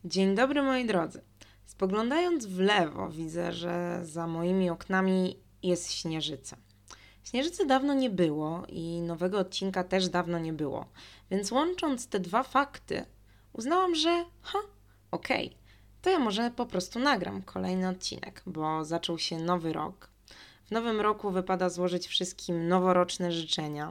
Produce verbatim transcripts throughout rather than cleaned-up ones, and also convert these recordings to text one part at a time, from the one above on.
Dzień dobry moi drodzy. Spoglądając w lewo widzę, że za moimi oknami jest śnieżyca. Śnieżycy dawno nie było i nowego odcinka też dawno nie było, więc łącząc te dwa fakty uznałam, że ha, okej, okay, to ja może po prostu nagram kolejny odcinek, bo zaczął się nowy rok. W nowym roku wypada złożyć wszystkim noworoczne życzenia,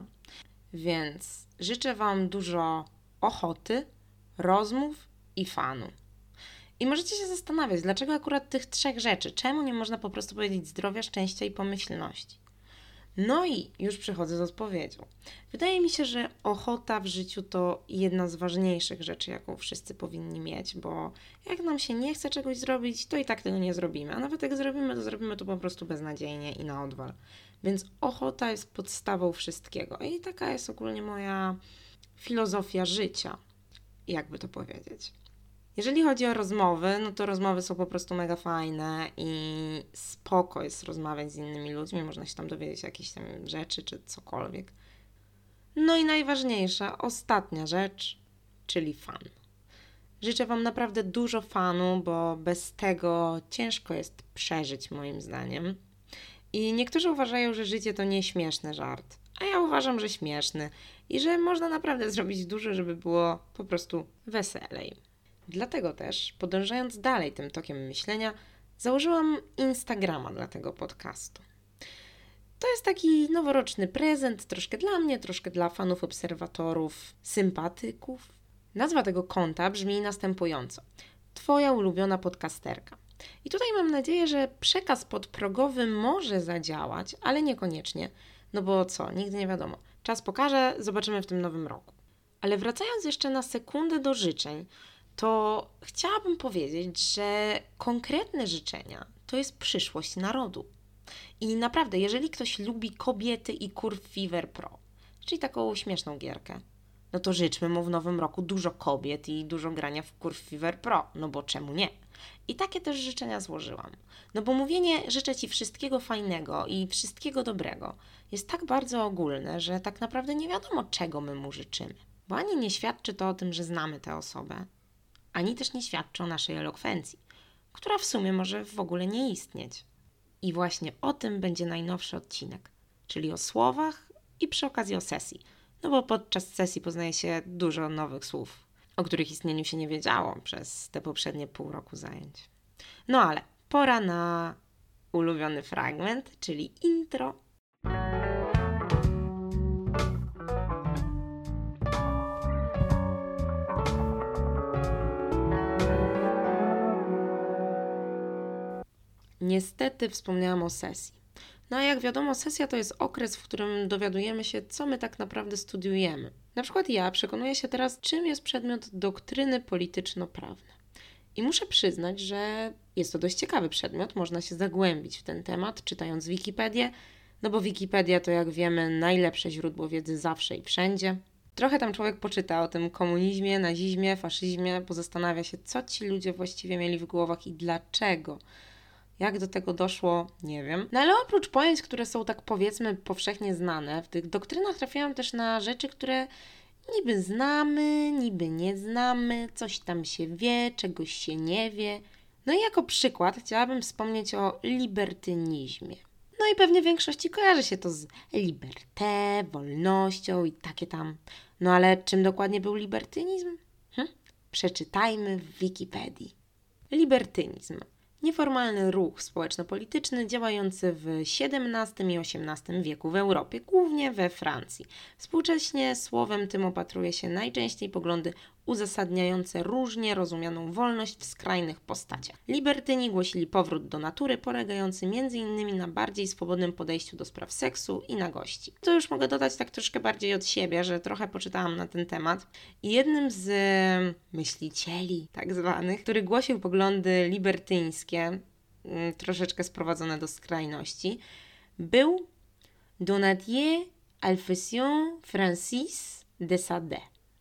więc życzę Wam dużo ochoty, rozmów i fanu. I możecie się zastanawiać, dlaczego akurat tych trzech rzeczy? Czemu nie można po prostu powiedzieć zdrowia, szczęścia i pomyślności? No i już przychodzę z odpowiedzią. Wydaje mi się, że ochota w życiu to jedna z ważniejszych rzeczy, jaką wszyscy powinni mieć, bo jak nam się nie chce czegoś zrobić, to i tak tego nie zrobimy. A nawet jak zrobimy, to zrobimy to po prostu beznadziejnie i na odwal. Więc ochota jest podstawą wszystkiego. I taka jest ogólnie moja filozofia życia, jakby to powiedzieć. Jeżeli chodzi o rozmowy, no to rozmowy są po prostu mega fajne i spoko jest rozmawiać z innymi ludźmi, można się tam dowiedzieć jakieś tam rzeczy czy cokolwiek. No i najważniejsza, ostatnia rzecz, czyli fan. Życzę Wam naprawdę dużo fanu, bo bez tego ciężko jest przeżyć moim zdaniem. I niektórzy uważają, że życie to nieśmieszny żart, a ja uważam, że śmieszny i że można naprawdę zrobić dużo, żeby było po prostu weselej. Dlatego też, podążając dalej tym tokiem myślenia, założyłam Instagrama dla tego podcastu. To jest taki noworoczny prezent, troszkę dla mnie, troszkę dla fanów, obserwatorów, sympatyków. Nazwa tego konta brzmi następująco. Twoja ulubiona podcasterka. I tutaj mam nadzieję, że przekaz podprogowy może zadziałać, ale niekoniecznie. No bo co, nigdy nie wiadomo. Czas pokaże, zobaczymy w tym nowym roku. Ale wracając jeszcze na sekundę do życzeń, to chciałabym powiedzieć, że konkretne życzenia to jest przyszłość narodu. I naprawdę, jeżeli ktoś lubi Kobiety i Curve Fever Pro, czyli taką śmieszną gierkę, no to życzmy mu w nowym roku dużo kobiet i dużo grania w Curve Fever Pro, no bo czemu nie? I takie też życzenia złożyłam. No bo mówienie życzę Ci wszystkiego fajnego i wszystkiego dobrego jest tak bardzo ogólne, że tak naprawdę nie wiadomo, czego my mu życzymy. Bo ani nie świadczy to o tym, że znamy tę osobę, ani też nie świadczy o naszej elokwencji, która w sumie może w ogóle nie istnieć. I właśnie o tym będzie najnowszy odcinek, czyli o słowach i przy okazji o sesji. No bo podczas sesji poznaje się dużo nowych słów, o których istnieniu się nie wiedziało przez te poprzednie pół roku zajęć. No ale pora na ulubiony fragment, czyli intro. Niestety wspomniałam o sesji. No a jak wiadomo, sesja to jest okres, w którym dowiadujemy się, co my tak naprawdę studiujemy. Na przykład ja przekonuję się teraz, czym jest przedmiot doktryny polityczno-prawne. I muszę przyznać, że jest to dość ciekawy przedmiot, można się zagłębić w ten temat, czytając Wikipedię, no bo Wikipedia to, jak wiemy, najlepsze źródło wiedzy zawsze i wszędzie. Trochę tam człowiek poczyta o tym komunizmie, nazizmie, faszyzmie, pozastanawia się, co ci ludzie właściwie mieli w głowach i dlaczego. Jak do tego doszło, nie wiem. No ale oprócz pojęć, które są tak powiedzmy powszechnie znane, w tych doktrynach trafiałam też na rzeczy, które niby znamy, niby nie znamy, coś tam się wie, czegoś się nie wie. No i jako przykład chciałabym wspomnieć o libertynizmie. No i pewnie w większości kojarzy się to z liberté, wolnością i takie tam. No ale czym dokładnie był libertynizm? Hm? Przeczytajmy w Wikipedii. Libertynizm. Nieformalny ruch społeczno-polityczny działający w siedemnastym i osiemnastym wieku w Europie, głównie we Francji. Współcześnie słowem tym opatruje się najczęściej poglądy uzasadniające różnie rozumianą wolność w skrajnych postaciach. Libertyni głosili powrót do natury, polegający między innymi na bardziej swobodnym podejściu do spraw seksu i nagości. To już mogę dodać tak troszkę bardziej od siebie, że trochę poczytałam na ten temat i jednym z myślicieli tak zwanych, który głosił poglądy libertyńskie, troszeczkę sprowadzone do skrajności, był Donatien Alphonse Francis de Sade.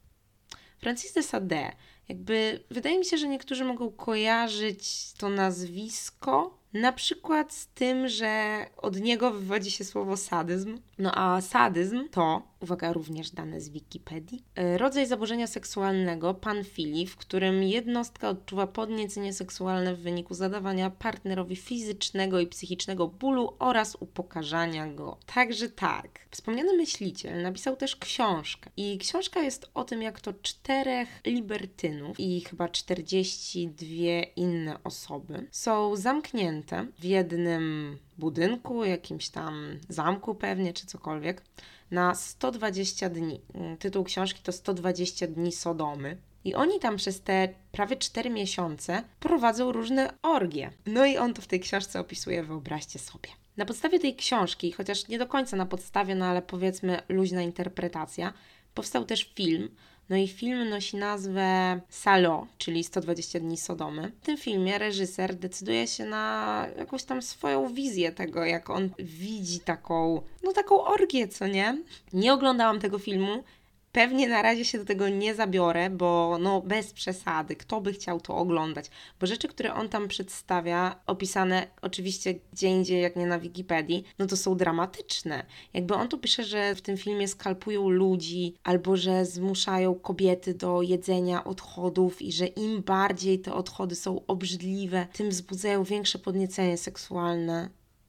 Francis de Sade, jakby wydaje mi się, że niektórzy mogą kojarzyć to nazwisko na przykład z tym, że od niego wywodzi się słowo sadyzm. No a sadyzm to Uwaga, również dane z Wikipedii. E, rodzaj zaburzenia seksualnego, panfilii, w którym jednostka odczuwa podniecenie seksualne w wyniku zadawania partnerowi fizycznego i psychicznego bólu oraz upokarzania go. Także tak. Wspomniany myśliciel napisał też książkę. I książka jest o tym, jak to czterech libertynów i chyba czterdzieści dwie inne osoby są zamknięte w jednym budynku, jakimś tam zamku pewnie, czy cokolwiek, na sto dwadzieścia dni. Tytuł książki to sto dwadzieścia dni Sodomy. I oni tam przez te prawie cztery miesiące prowadzą różne orgie. No i on to w tej książce opisuje, wyobraźcie sobie. Na podstawie tej książki, chociaż nie do końca na podstawie, no ale powiedzmy luźna interpretacja, powstał też film. No i film nosi nazwę Salo, czyli sto dwadzieścia dni Sodomy. W tym filmie reżyser decyduje się na jakąś tam swoją wizję tego, jak on widzi taką, no taką orgię, co nie? Nie oglądałam tego filmu. Pewnie na razie się do tego nie zabiorę, bo no bez przesady, kto by chciał to oglądać? Bo rzeczy, które on tam przedstawia, opisane oczywiście gdzie indziej, jak nie na Wikipedii, no to są dramatyczne. Jakby on tu pisze, że w tym filmie skalpują ludzi, albo że zmuszają kobiety do jedzenia odchodów i że im bardziej te odchody są obrzydliwe, tym wzbudzają większe podniecenie seksualne.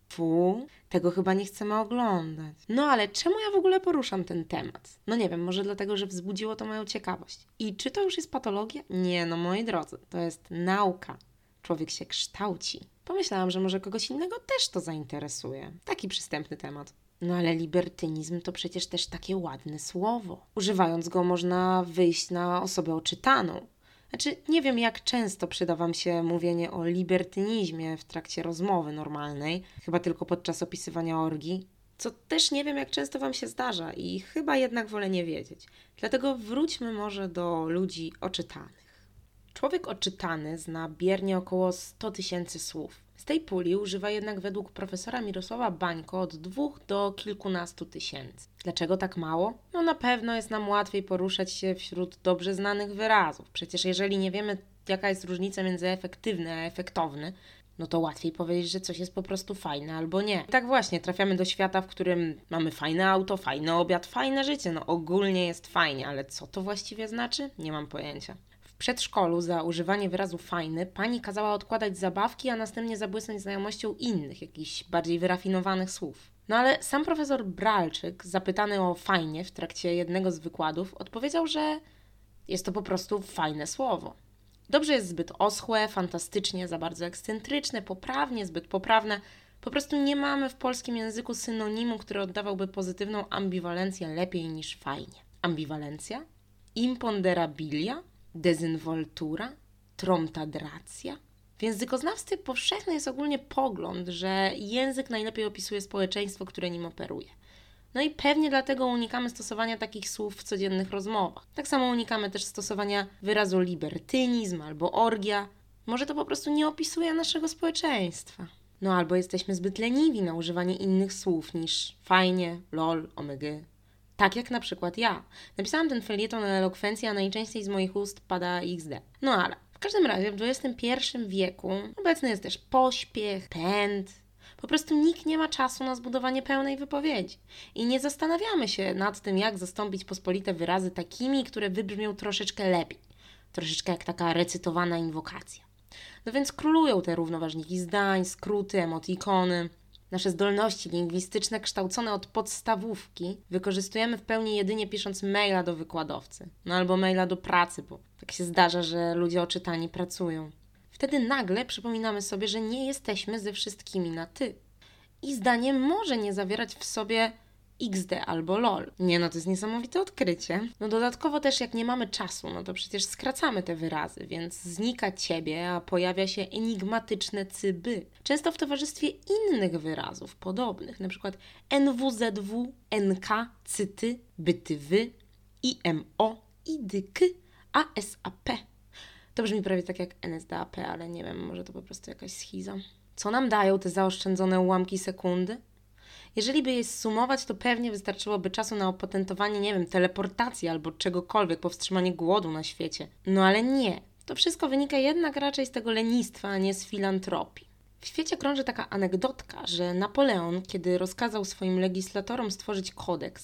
Fu, tego chyba nie chcemy oglądać. No ale czemu ja w ogóle poruszam ten temat? No nie wiem, może dlatego, że wzbudziło to moją ciekawość. I czy to już jest patologia? Nie, no moi drodzy, to jest nauka. Człowiek się kształci. Pomyślałam, że może kogoś innego też to zainteresuje. Taki przystępny temat. No ale libertynizm to przecież też takie ładne słowo. Używając go można wyjść na osobę oczytaną. Znaczy, nie wiem jak często przyda Wam się mówienie o libertynizmie w trakcie rozmowy normalnej, chyba tylko podczas opisywania orgii, co też nie wiem jak często Wam się zdarza i chyba jednak wolę nie wiedzieć. Dlatego wróćmy może do ludzi oczytanych. Człowiek oczytany zna biernie około sto tysięcy słów. Z tej puli używa jednak według profesora Mirosława Bańko od dwóch do kilkunastu tysięcy. Dlaczego tak mało? No na pewno jest nam łatwiej poruszać się wśród dobrze znanych wyrazów. Przecież jeżeli nie wiemy, jaka jest różnica między efektywny a efektowny, no to łatwiej powiedzieć, że coś jest po prostu fajne albo nie. I tak właśnie, trafiamy do świata, w którym mamy fajne auto, fajny obiad, fajne życie. No ogólnie jest fajnie, ale co to właściwie znaczy? Nie mam pojęcia. W przedszkolu za używanie wyrazu fajny pani kazała odkładać zabawki, a następnie zabłysnąć znajomością innych, jakichś bardziej wyrafinowanych słów. No ale sam profesor Bralczyk, zapytany o fajnie w trakcie jednego z wykładów, odpowiedział, że jest to po prostu fajne słowo. Dobrze jest zbyt oschłe, fantastycznie, za bardzo ekscentryczne, poprawnie, zbyt poprawne. Po prostu nie mamy w polskim języku synonimu, który oddawałby pozytywną ambiwalencję lepiej niż fajnie. Ambiwalencja? Imponderabilia? Dezynwoltura? Tromtadracja? W językoznawstwie powszechny jest ogólnie pogląd, że język najlepiej opisuje społeczeństwo, które nim operuje. No i pewnie dlatego unikamy stosowania takich słów w codziennych rozmowach. Tak samo unikamy też stosowania wyrazu libertynizm albo orgia. Może to po prostu nie opisuje naszego społeczeństwa. No albo jesteśmy zbyt leniwi na używanie innych słów niż fajnie, lol, omygy. Tak jak na przykład ja. Napisałam ten felieton o elokwencji, a najczęściej z moich ust pada iks de. No ale w każdym razie w dwudziestym pierwszym wieku obecny jest też pośpiech, pęd. Po prostu nikt nie ma czasu na zbudowanie pełnej wypowiedzi. I nie zastanawiamy się nad tym, jak zastąpić pospolite wyrazy takimi, które wybrzmią troszeczkę lepiej. Troszeczkę jak taka recytowana inwokacja. No więc królują te równoważniki zdań, skróty, emotikony. Nasze zdolności lingwistyczne kształcone od podstawówki wykorzystujemy w pełni jedynie pisząc maila do wykładowcy. No albo maila do pracy, bo tak się zdarza, że ludzie oczytani pracują. Wtedy nagle przypominamy sobie, że nie jesteśmy ze wszystkimi na ty. I zdanie może nie zawierać w sobie iks de albo lol. Nie no, to jest niesamowite odkrycie. No dodatkowo też jak nie mamy czasu, no to przecież skracamy te wyrazy, więc znika ciebie, a pojawia się enigmatyczne cyby. Często w towarzystwie innych wyrazów podobnych, na przykład en wu zet wu, en ka, cyty, byty wy, i em o, idyk, a es a pe. To brzmi prawie tak jak en es de a pe, ale nie wiem, może to po prostu jakaś schiza. Co nam dają te zaoszczędzone ułamki sekundy? Jeżeli by je sumować, to pewnie wystarczyłoby czasu na opatentowanie, nie wiem, teleportacji albo czegokolwiek, powstrzymanie głodu na świecie. No ale nie. To wszystko wynika jednak raczej z tego lenistwa, a nie z filantropii. W świecie krąży taka anegdotka, że Napoleon, kiedy rozkazał swoim legislatorom stworzyć kodeks,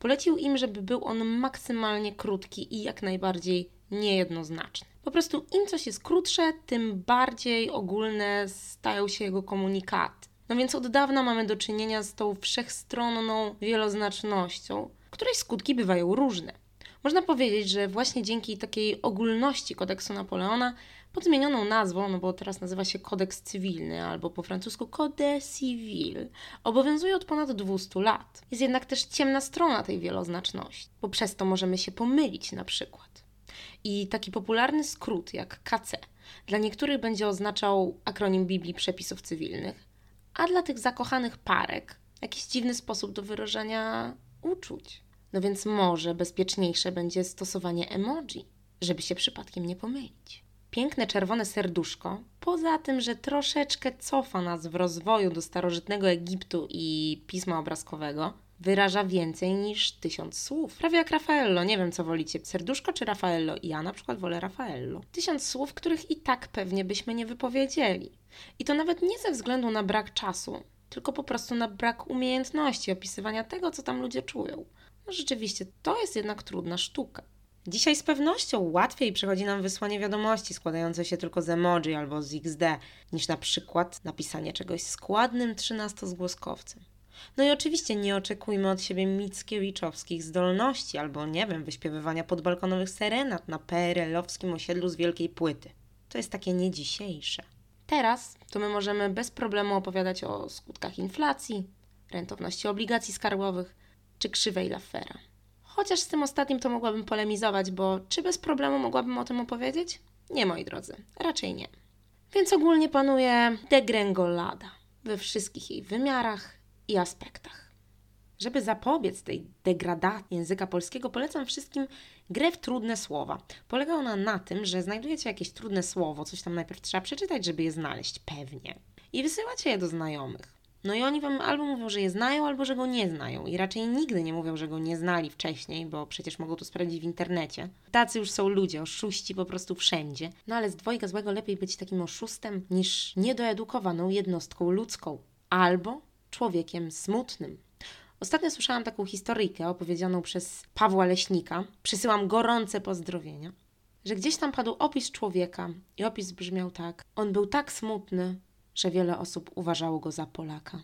Polecił im, żeby był on maksymalnie krótki i jak najbardziej niejednoznaczny. Po prostu im coś jest krótsze, tym bardziej ogólne stają się jego komunikaty. No więc od dawna mamy do czynienia z tą wszechstronną wieloznacznością, której skutki bywają różne. Można powiedzieć, że właśnie dzięki takiej ogólności kodeksu Napoleona pod zmienioną nazwą, no bo teraz nazywa się kodeks cywilny albo po francusku code civil, obowiązuje od ponad dwieście lat. Jest jednak też ciemna strona tej wieloznaczności, bo przez to możemy się pomylić na przykład. I taki popularny skrót jak K C dla niektórych będzie oznaczał akronim Biblii Przepisów Cywilnych, a dla tych zakochanych parek jakiś dziwny sposób do wyrażania uczuć. No więc może bezpieczniejsze będzie stosowanie emoji, żeby się przypadkiem nie pomylić. Piękne czerwone serduszko, poza tym, że troszeczkę cofa nas w rozwoju do starożytnego Egiptu i pisma obrazkowego, wyraża więcej niż tysiąc słów. Prawie jak Raffaello, nie wiem co wolicie, serduszko czy Raffaello? Ja na przykład wolę Raffaello. Tysiąc słów, których i tak pewnie byśmy nie wypowiedzieli. I to nawet nie ze względu na brak czasu, tylko po prostu na brak umiejętności opisywania tego, co tam ludzie czują. No rzeczywiście, to jest jednak trudna sztuka. Dzisiaj z pewnością łatwiej przychodzi nam wysłanie wiadomości składające się tylko z emoji albo z iks de, niż na przykład napisanie czegoś składnym trzynastozgłoskowcem. No i oczywiście nie oczekujmy od siebie mickiewiczowskich zdolności albo, nie wiem, wyśpiewywania podbalkonowych serenad na pe er el-owskim osiedlu z wielkiej płyty. To jest takie nie dzisiejsze. Teraz to my możemy bez problemu opowiadać o skutkach inflacji, rentowności obligacji skarbowych czy krzywej Laffera. Chociaż z tym ostatnim to mogłabym polemizować, bo czy bez problemu mogłabym o tym opowiedzieć? Nie, moi drodzy, raczej nie. Więc ogólnie panuje degrengolada we wszystkich jej wymiarach i aspektach. Żeby zapobiec tej degradacji języka polskiego, polecam wszystkim grę w trudne słowa. Polega ona na tym, że znajdujecie jakieś trudne słowo, coś tam najpierw trzeba przeczytać, żeby je znaleźć, pewnie. I wysyłacie je do znajomych. No i oni wam albo mówią, że je znają, albo że go nie znają. I raczej nigdy nie mówią, że go nie znali wcześniej, bo przecież mogą to sprawdzić w internecie. Tacy już są ludzie, oszuści po prostu wszędzie. No ale z dwojga złego lepiej być takim oszustem, niż niedoedukowaną jednostką ludzką. Albo człowiekiem smutnym. Ostatnio słyszałam taką historyjkę opowiedzianą przez Pawła Leśnika. Przysyłam gorące pozdrowienia. Że gdzieś tam padł opis człowieka i opis brzmiał tak. On był tak smutny, że wiele osób uważało go za Polaka.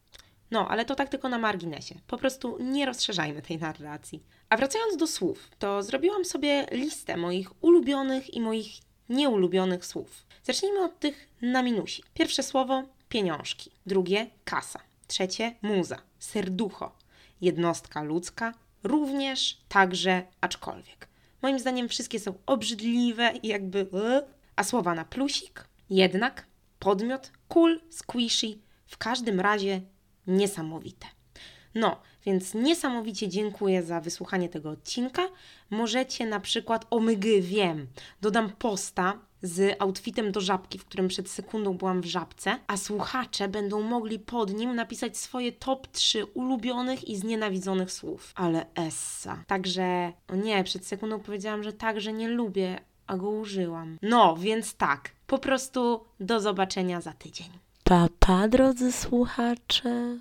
No, ale to tak tylko na marginesie. Po prostu nie rozszerzajmy tej narracji. A wracając do słów, to zrobiłam sobie listę moich ulubionych i moich nieulubionych słów. Zacznijmy od tych na minusi. Pierwsze słowo pieniążki, drugie kasa, trzecie muza, serducho, jednostka ludzka, również, także, aczkolwiek. Moim zdaniem wszystkie są obrzydliwe i jakby... A słowa na plusik, jednak, podmiot, cool, squishy, w każdym razie niesamowite. No, więc niesamowicie dziękuję za wysłuchanie tego odcinka. Możecie na przykład, o mygy, wiem, dodam posta z outfitem do żabki, w którym przed sekundą byłam w żabce, a słuchacze będą mogli pod nim napisać swoje top trzy ulubionych i znienawidzonych słów. Ale essa. Także, o nie, przed sekundą powiedziałam, że tak, że nie lubię, a go użyłam. No, więc tak, po prostu do zobaczenia za tydzień. Pa, pa, drodzy słuchacze.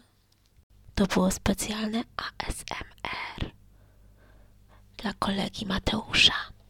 To było specjalne a es em er dla kolegi Mateusza.